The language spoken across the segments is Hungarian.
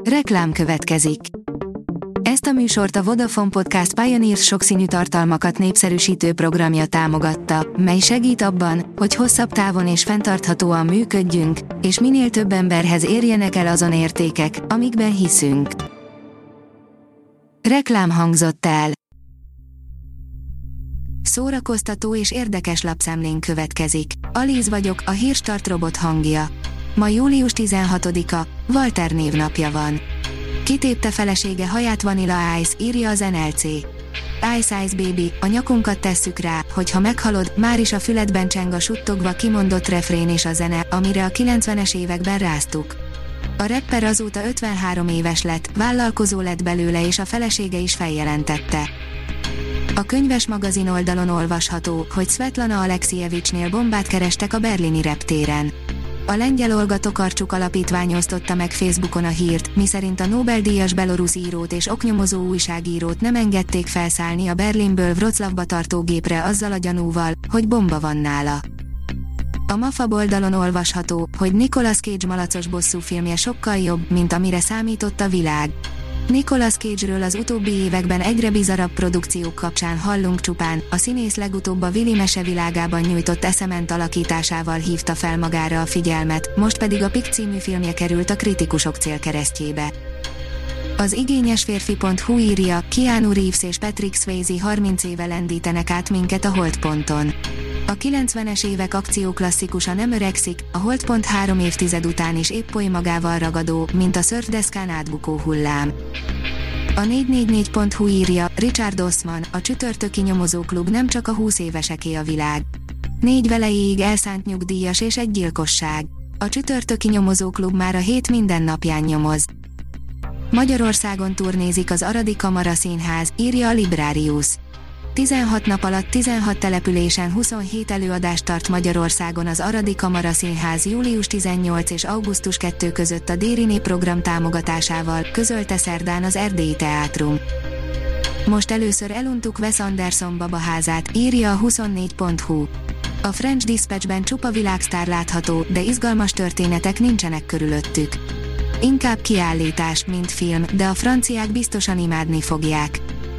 Reklám következik. Ezt a műsort a Vodafone Podcast Pioneers sokszínű tartalmakat népszerűsítő programja támogatta, mely segít abban, hogy hosszabb távon és fenntarthatóan működjünk, és minél több emberhez érjenek el azon értékek, amikben hiszünk. Reklám hangzott el. Szórakoztató és érdekes lapszemlén következik. Alíz vagyok, a Hírstart robot hangja. Ma július 16-a, Walter névnapja van. Kitépte felesége haját Vanilla Ice, írja az NLC. Ice Ice Baby, a nyakunkat tesszük rá, hogy ha meghalod, máris a füledben cseng a suttogva kimondott refrén és a zene, amire a 90-es években ráztuk. A rapper azóta 53 éves lett, vállalkozó lett belőle és a felesége is feljelentette. A Könyves magazin oldalon olvasható, hogy Svetlana Alexijevicsnél bombát kerestek a berlini reptéren. A lengyel Olga Tokarczuk alapítvány osztotta meg Facebookon a hírt, miszerint a Nobel-díjas belorusz írót és oknyomozó újságírót nem engedték felszállni a Berlinből Wroclawba tartó gépre azzal a gyanúval, hogy bomba van nála. A Mafab oldalon olvasható, hogy Nicolas Cage malacos bosszúfilmje sokkal jobb, mint amire számított a világ. Nicolas Cage-ről az utóbbi években egyre bizarabb produkciók kapcsán hallunk csupán, a színész legutóbb a Willy mesevilágában nyújtott eszement alakításával hívta fel magára a figyelmet, most pedig a Pik című filmje került a kritikusok célkeresztjébe. Az igényesférfi.hu írja, Keanu Reeves és Patrick Swayze 30 éve lendítenek át minket a Holdponton. A 90-es évek akcióklasszikusa nem öregszik, a Holdpont 3 évtized után is épp oly magával ragadó, mint a szörfdeszkán átbukó hullám. A 444.hu írja, Richard Osman, a csütörtöki nyomozóklub nem csak a 20 éveseké a világ. 4 velejéig elszánt nyugdíjas és egy gyilkosság. A csütörtöki nyomozóklub már a hét minden napján nyomoz. Magyarországon turnézik az Aradi Kamara Színház, írja a Librarius. 16 nap alatt 16 településen 27 előadást tart Magyarországon az Aradi Kamara Színház július 18 és augusztus 2 között a Dériné program támogatásával, közölte szerdán az Erdélyi Teátrum. Most először eluntuk Wes Anderson babaházát, írja a 24.hu. A French Dispatchben csupa világsztár látható, de izgalmas történetek nincsenek körülöttük. Inkább kiállítás, mint film, de a franciák biztosan imádni fogják.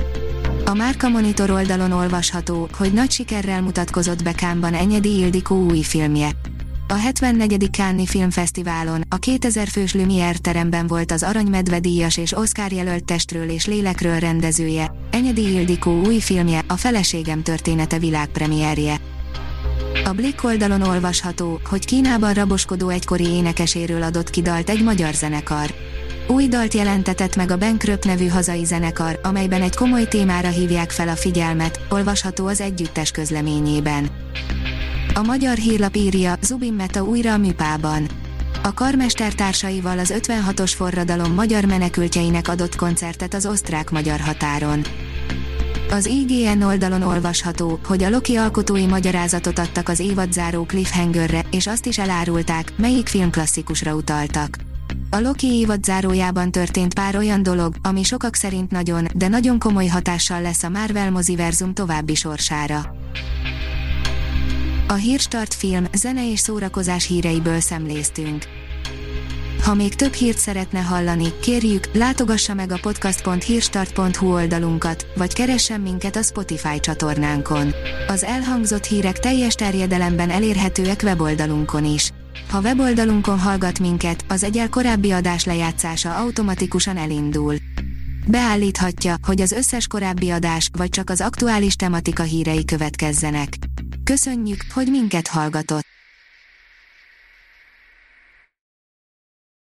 A Márka Monitor oldalon olvasható, hogy nagy sikerrel mutatkozott be Cannes-ban Enyedi Ildikó új filmje. A 74. Cannes-i Filmfesztiválon, a 2000 fős Lumière teremben volt az Aranymedve díjas és Oscar jelölt Testről és lélekről rendezője, Enyedi Ildikó új filmje, a Feleségem története világpremierje. A Blick oldalon olvasható, hogy Kínában raboskodó egykori énekeséről adott ki dalt egy magyar zenekar. Új dalt jelentetett meg a Bankröp nevű hazai zenekar, amelyben egy komoly témára hívják fel a figyelmet, olvasható az együttes közleményében. A Magyar Hírlap írja, Zubin Mehta újra a műpában. A karmester társaival az 56-os forradalom magyar menekültjeinek adott koncertet az osztrák-magyar határon. Az IGN oldalon olvasható, hogy a Loki alkotói magyarázatot adtak az évadzáró cliffhangerre, és azt is elárulták, melyik filmklasszikusra utaltak. A Loki évadzárójában történt pár olyan dolog, ami sokak szerint nagyon, de nagyon komoly hatással lesz a Marvel moziverzum további sorsára. A Hírstart film, zene és szórakozás híreiből szemléztünk. Ha még több hírt szeretne hallani, kérjük, látogassa meg a podcast.hírstart.hu oldalunkat, vagy keressen minket a Spotify csatornánkon. Az elhangzott hírek teljes terjedelemben elérhetőek weboldalunkon is. Ha weboldalunkon hallgat minket, az egyel korábbi adás lejátszása automatikusan elindul. Beállíthatja, hogy az összes korábbi adás, vagy csak az aktuális tematika hírei következzenek. Köszönjük, hogy minket hallgatott!